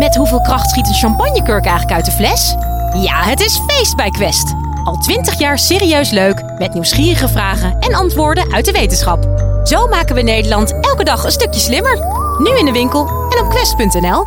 Met hoeveel kracht schiet een champagnekurk eigenlijk uit de fles? Ja, het is feest bij Quest. Al 20 jaar serieus leuk, met nieuwsgierige vragen en antwoorden uit de wetenschap. Zo maken we Nederland elke dag een stukje slimmer. Nu in de winkel en op quest.nl.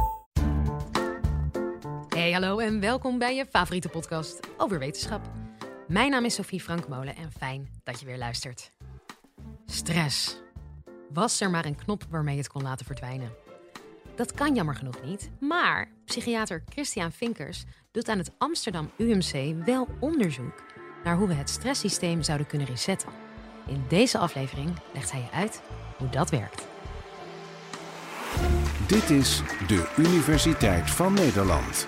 Hey, hallo en welkom bij je favoriete podcast over wetenschap. Mijn naam is Sophie Frankmolen en fijn dat je weer luistert. Stress. Was er maar een knop waarmee je het kon laten verdwijnen? Dat kan jammer genoeg niet, maar psychiater Christian Vinkers doet aan het Amsterdam UMC wel onderzoek naar hoe we het stresssysteem zouden kunnen resetten. In deze aflevering legt hij je uit hoe dat werkt. Dit is de Universiteit van Nederland.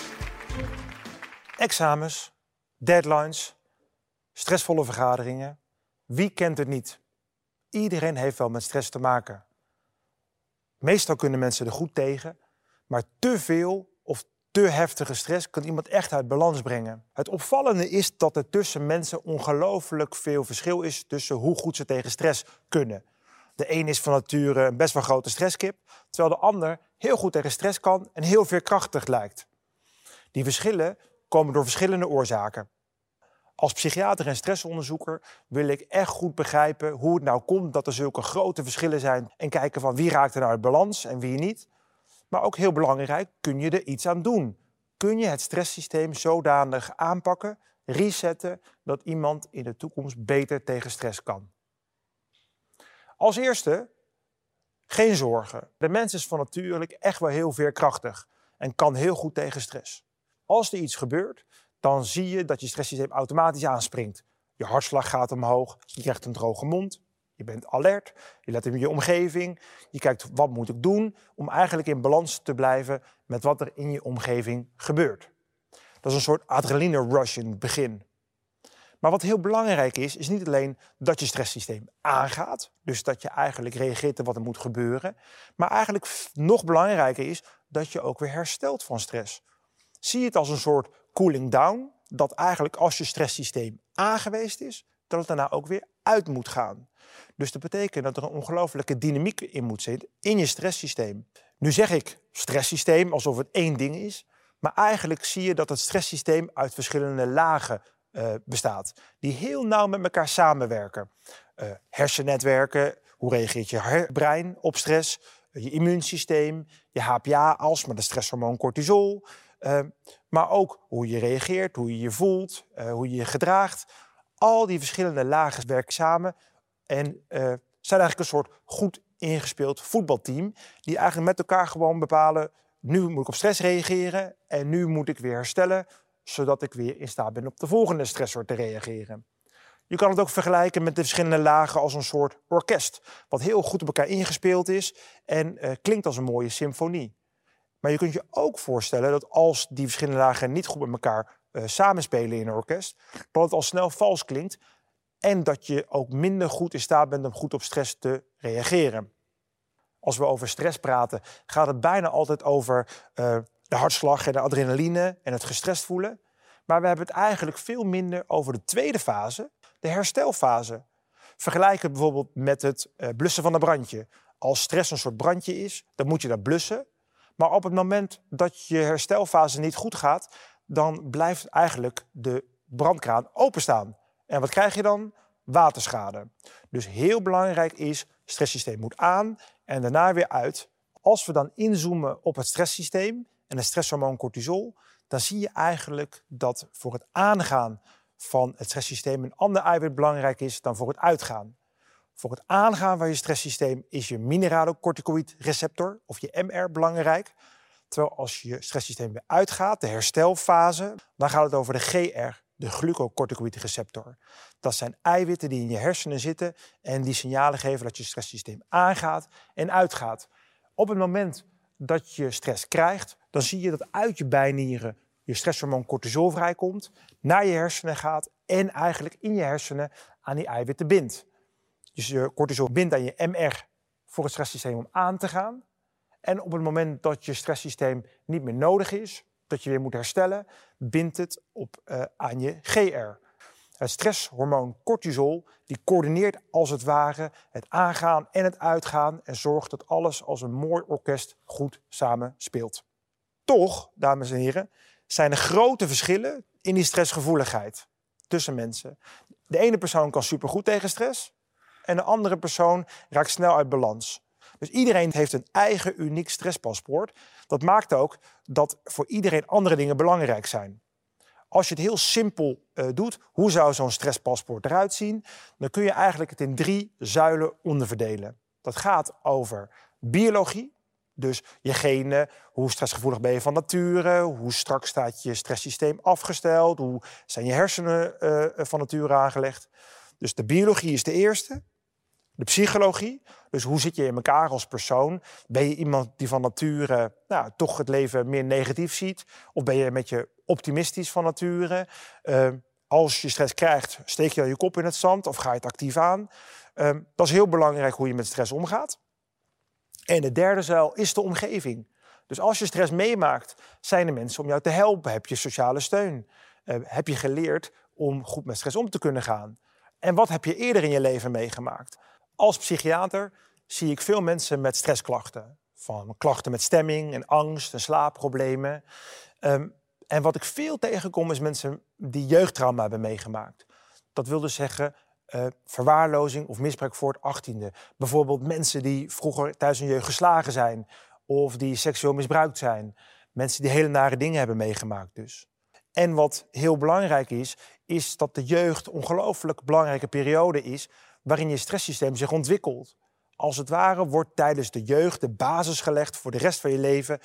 Examens, deadlines, stressvolle vergaderingen. Wie kent het niet? Iedereen heeft wel met stress te maken. Meestal kunnen mensen er goed tegen, maar te veel of te heftige stress kan iemand echt uit balans brengen. Het opvallende is dat er tussen mensen ongelooflijk veel verschil is tussen hoe goed ze tegen stress kunnen. De een is van nature een best wel grote stresskip, terwijl de ander heel goed tegen stress kan en heel veerkrachtig lijkt. Die verschillen komen door verschillende oorzaken. Als psychiater en stressonderzoeker wil ik echt goed begrijpen hoe het nou komt dat er zulke grote verschillen zijn en kijken van wie raakt er nou uit balans en wie niet. Maar ook heel belangrijk, kun je er iets aan doen? Kun je het stresssysteem zodanig aanpakken, resetten, dat iemand in de toekomst beter tegen stress kan? Als eerste, geen zorgen. De mens is van natuurlijk echt wel heel veerkrachtig en kan heel goed tegen stress. Als er iets gebeurt, dan zie je dat je stresssysteem automatisch aanspringt. Je hartslag gaat omhoog, je krijgt een droge mond, je bent alert, je let op je omgeving, je kijkt wat moet ik doen om eigenlijk in balans te blijven met wat er in je omgeving gebeurt. Dat is een soort adrenaline rush in het begin. Maar wat heel belangrijk is niet alleen dat je stresssysteem aangaat, dus dat je eigenlijk reageert op wat er moet gebeuren, maar eigenlijk nog belangrijker is dat je ook weer herstelt van stress. Zie het als een soort cooling down, dat eigenlijk als je stresssysteem aangeweest is, dat het daarna ook weer uit moet gaan. Dus dat betekent dat er een ongelooflijke dynamiek in moet zitten in je stresssysteem. Nu zeg ik stresssysteem alsof het één ding is, maar eigenlijk zie je dat het stresssysteem uit verschillende lagen bestaat, die heel nauw met elkaar samenwerken. Hersennetwerken, hoe reageert je brein op stress, je immuunsysteem, je HPA-as, de stresshormoon cortisol. Maar ook hoe je reageert, hoe je je voelt, hoe je je gedraagt. Al die verschillende lagen werken samen en zijn eigenlijk een soort goed ingespeeld voetbalteam die eigenlijk met elkaar gewoon bepalen, nu moet ik op stress reageren en nu moet ik weer herstellen, zodat ik weer in staat ben op de volgende stressor te reageren. Je kan het ook vergelijken met de verschillende lagen als een soort orkest, wat heel goed op elkaar ingespeeld is en klinkt als een mooie symfonie. Maar je kunt je ook voorstellen dat als die verschillende lagen niet goed met elkaar samenspelen in een orkest, dat het al snel vals klinkt en dat je ook minder goed in staat bent om goed op stress te reageren. Als we over stress praten, gaat het bijna altijd over de hartslag en de adrenaline en het gestrest voelen. Maar we hebben het eigenlijk veel minder over de tweede fase, de herstelfase. Vergelijk het bijvoorbeeld met het blussen van een brandje. Als stress een soort brandje is, dan moet je dat blussen. Maar op het moment dat je herstelfase niet goed gaat, dan blijft eigenlijk de brandkraan openstaan. En wat krijg je dan? Waterschade. Dus heel belangrijk is, stresssysteem moet aan en daarna weer uit. Als we dan inzoomen op het stresssysteem en het stresshormoon cortisol, dan zie je eigenlijk dat voor het aangaan van het stresssysteem een ander eiwit belangrijk is dan voor het uitgaan. Voor het aangaan van je stresssysteem is je mineralocorticoïdreceptor of je MR belangrijk. Terwijl als je stresssysteem weer uitgaat, de herstelfase, dan gaat het over de GR, de glucocorticoïdreceptor. Dat zijn eiwitten die in je hersenen zitten en die signalen geven dat je stresssysteem aangaat en uitgaat. Op het moment dat je stress krijgt, dan zie je dat uit je bijnieren je stresshormoon cortisol vrijkomt, naar je hersenen gaat en eigenlijk in je hersenen aan die eiwitten bindt. Dus je cortisol bindt aan je MR voor het stresssysteem om aan te gaan. En op het moment dat je stresssysteem niet meer nodig is, dat je weer moet herstellen, bindt het aan je GR. Het stresshormoon cortisol die coördineert als het ware het aangaan en het uitgaan en zorgt dat alles als een mooi orkest goed samen speelt. Toch, dames en heren, zijn er grote verschillen in die stressgevoeligheid tussen mensen. De ene persoon kan supergoed tegen stress en de andere persoon raakt snel uit balans. Dus iedereen heeft een eigen uniek stresspaspoort. Dat maakt ook dat voor iedereen andere dingen belangrijk zijn. Als je het heel simpel doet, hoe zou zo'n stresspaspoort eruit zien? Dan kun je eigenlijk het in 3 zuilen onderverdelen. Dat gaat over biologie, dus je genen, hoe stressgevoelig ben je van nature, hoe strak staat je stresssysteem afgesteld, hoe zijn je hersenen van nature aangelegd. Dus de biologie is de eerste. De psychologie, dus hoe zit je in elkaar als persoon? Ben je iemand die van nature toch het leven meer negatief ziet? Of ben je met je optimistisch van nature? Als je stress krijgt, steek je dan je kop in het zand of ga je het actief aan? Dat is heel belangrijk hoe je met stress omgaat. En de derde zuil is de omgeving. Dus als je stress meemaakt, zijn er mensen om jou te helpen. Heb je sociale steun? Heb je geleerd om goed met stress om te kunnen gaan? En wat heb je eerder in je leven meegemaakt? Als psychiater zie ik veel mensen met stressklachten. Van klachten met stemming en angst en slaapproblemen. En wat ik veel tegenkom is mensen die jeugdtrauma hebben meegemaakt. Dat wil dus zeggen verwaarlozing of misbruik voor het 18e. Bijvoorbeeld mensen die vroeger tijdens hun jeugd geslagen zijn. Of die seksueel misbruikt zijn. Mensen die hele nare dingen hebben meegemaakt dus. En wat heel belangrijk is dat de jeugd een ongelooflijk belangrijke periode is waarin je stresssysteem zich ontwikkelt. Als het ware wordt tijdens de jeugd de basis gelegd voor de rest van je leven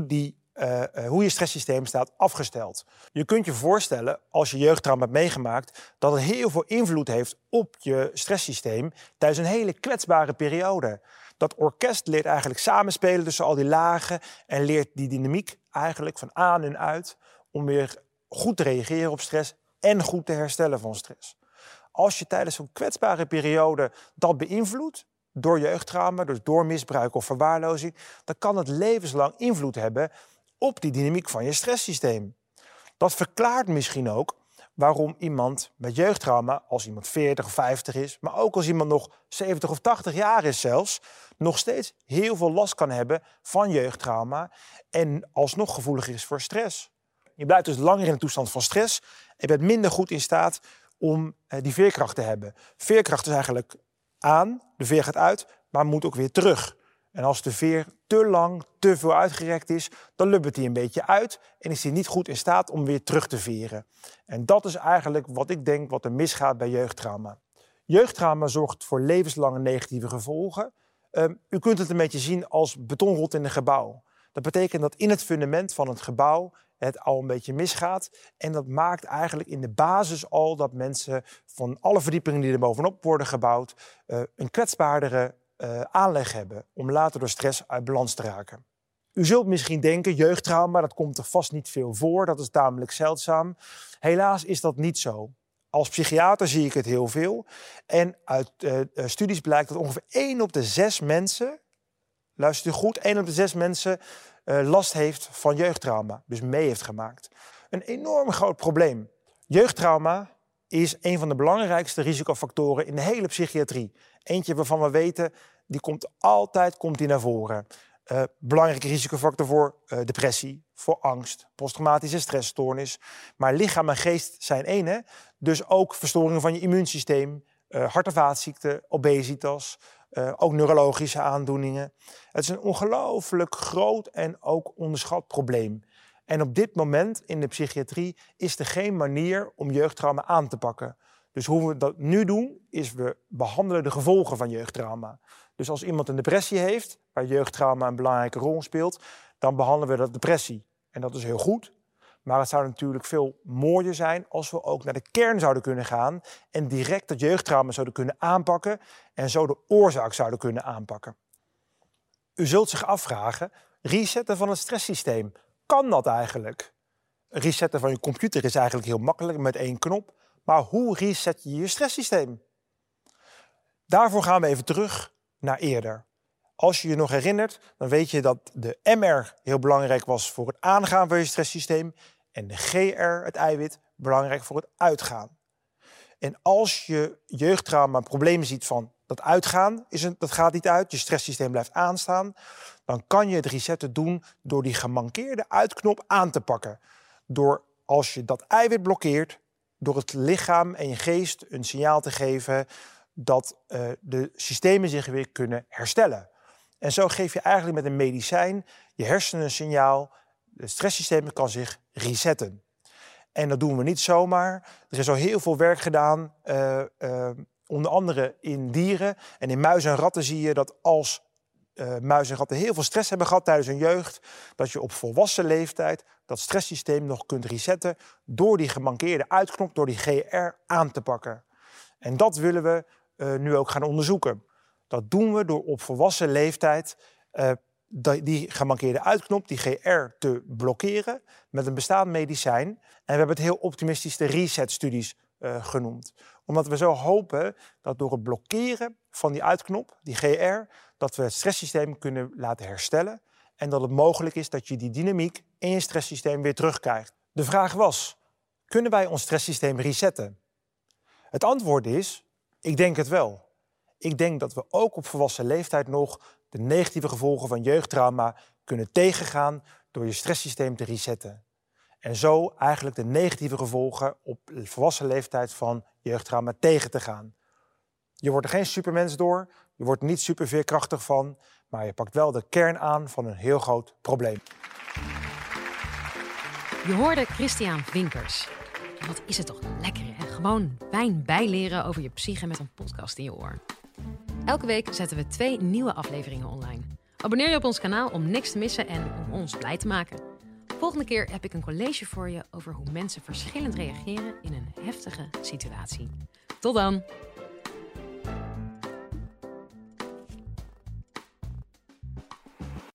hoe je stresssysteem staat afgesteld. Je kunt je voorstellen, als je jeugdtrauma hebt meegemaakt, dat het heel veel invloed heeft op je stresssysteem tijdens een hele kwetsbare periode. Dat orkest leert eigenlijk samenspelen tussen al die lagen en leert die dynamiek eigenlijk van aan en uit om weer goed te reageren op stress en goed te herstellen van stress. Als je tijdens zo'n kwetsbare periode dat beïnvloedt, door jeugdtrauma, dus door misbruik of verwaarlozing, dan kan het levenslang invloed hebben op die dynamiek van je stresssysteem. Dat verklaart misschien ook waarom iemand met jeugdtrauma, als iemand 40 of 50 is, maar ook als iemand nog 70 of 80 jaar is zelfs, nog steeds heel veel last kan hebben van jeugdtrauma en alsnog gevoelig is voor stress. Je blijft dus langer in een toestand van stress en bent minder goed in staat om die veerkracht te hebben. Veerkracht is eigenlijk aan, de veer gaat uit, maar moet ook weer terug. En als de veer te lang, te veel uitgerekt is, dan lubbert hij een beetje uit en is hij niet goed in staat om weer terug te veren. En dat is eigenlijk wat ik denk wat er misgaat bij jeugdtrauma. Jeugdtrauma zorgt voor levenslange negatieve gevolgen. U kunt het een beetje zien als betonrot in een gebouw. Dat betekent dat in het fundament van het gebouw het al een beetje misgaat. En dat maakt eigenlijk in de basis al dat mensen van alle verdiepingen die er bovenop worden gebouwd een kwetsbaardere aanleg hebben om later door stress uit balans te raken. U zult misschien denken, jeugdtrauma, dat komt er vast niet veel voor, dat is tamelijk zeldzaam. Helaas is dat niet zo. Als psychiater zie ik het heel veel. En uit studies blijkt dat ongeveer 1 op de 6 mensen, luistert u goed, 1 op de 6 mensen last heeft van jeugdtrauma, dus mee heeft gemaakt. Een enorm groot probleem. Jeugdtrauma is een van de belangrijkste risicofactoren in de hele psychiatrie. Eentje waarvan we weten, die komt altijd naar voren. Belangrijke risicofactor voor depressie, voor angst, posttraumatische stressstoornis. Maar lichaam en geest zijn één, hè? Dus ook verstoringen van je immuunsysteem, hart- en vaatziekten, obesitas, ook neurologische aandoeningen. Het is een ongelooflijk groot en ook onderschat probleem. En op dit moment in de psychiatrie is er geen manier om jeugdtrauma aan te pakken. Dus hoe we dat nu doen, is we behandelen de gevolgen van jeugdtrauma. Dus als iemand een depressie heeft, waar jeugdtrauma een belangrijke rol speelt, dan behandelen we dat depressie. En dat is heel goed. Maar het zou natuurlijk veel mooier zijn als we ook naar de kern zouden kunnen gaan en direct dat jeugdtrauma zouden kunnen aanpakken en zo de oorzaak zouden kunnen aanpakken. U zult zich afvragen, resetten van het stresssysteem, kan dat eigenlijk? Resetten van je computer is eigenlijk heel makkelijk met 1 knop. Maar hoe reset je je stresssysteem? Daarvoor gaan we even terug naar eerder. Als je je nog herinnert, dan weet je dat de MR heel belangrijk was voor het aangaan van je stresssysteem en de GR, het eiwit, belangrijk voor het uitgaan. En als je jeugdtrauma problemen ziet van dat uitgaan, dat gaat niet uit, je stresssysteem blijft aanstaan, dan kan je het resetten doen door die gemankeerde uitknop aan te pakken. Door, als je dat eiwit blokkeert, door het lichaam en je geest een signaal te geven dat de systemen zich weer kunnen herstellen. En zo geef je eigenlijk met een medicijn je hersenen een signaal. Het stresssysteem kan zich resetten. En dat doen we niet zomaar. Er is al heel veel werk gedaan, onder andere in dieren. En in muizen en ratten zie je dat als muizen en ratten heel veel stress hebben gehad tijdens hun jeugd, dat je op volwassen leeftijd dat stresssysteem nog kunt resetten door die gemankeerde uitknop, door die GR aan te pakken. En dat willen we nu ook gaan onderzoeken. Dat doen we door op volwassen leeftijd die gemankeerde uitknop, die GR, te blokkeren met een bestaand medicijn. En we hebben het heel optimistisch de reset-studies genoemd. Omdat we zo hopen dat door het blokkeren van die uitknop, die GR, dat we het stresssysteem kunnen laten herstellen. En dat het mogelijk is dat je die dynamiek in je stresssysteem weer terugkrijgt. De vraag was, kunnen wij ons stresssysteem resetten? Het antwoord is, ik denk het wel. Ik denk dat we ook op volwassen leeftijd nog de negatieve gevolgen van jeugdtrauma kunnen tegengaan door je stresssysteem te resetten. En zo eigenlijk de negatieve gevolgen op volwassen leeftijd van jeugdtrauma tegen te gaan. Je wordt er geen supermens door, je wordt er niet super veerkrachtig van, maar je pakt wel de kern aan van een heel groot probleem. Je hoorde Christiaan Vinkers. En wat is het toch lekker, hè? Gewoon wijn bijleren over je psyche met een podcast in je oor. Elke week zetten we 2 nieuwe afleveringen online. Abonneer je op ons kanaal om niks te missen en om ons blij te maken. Volgende keer heb ik een collage voor je over hoe mensen verschillend reageren in een heftige situatie. Tot dan!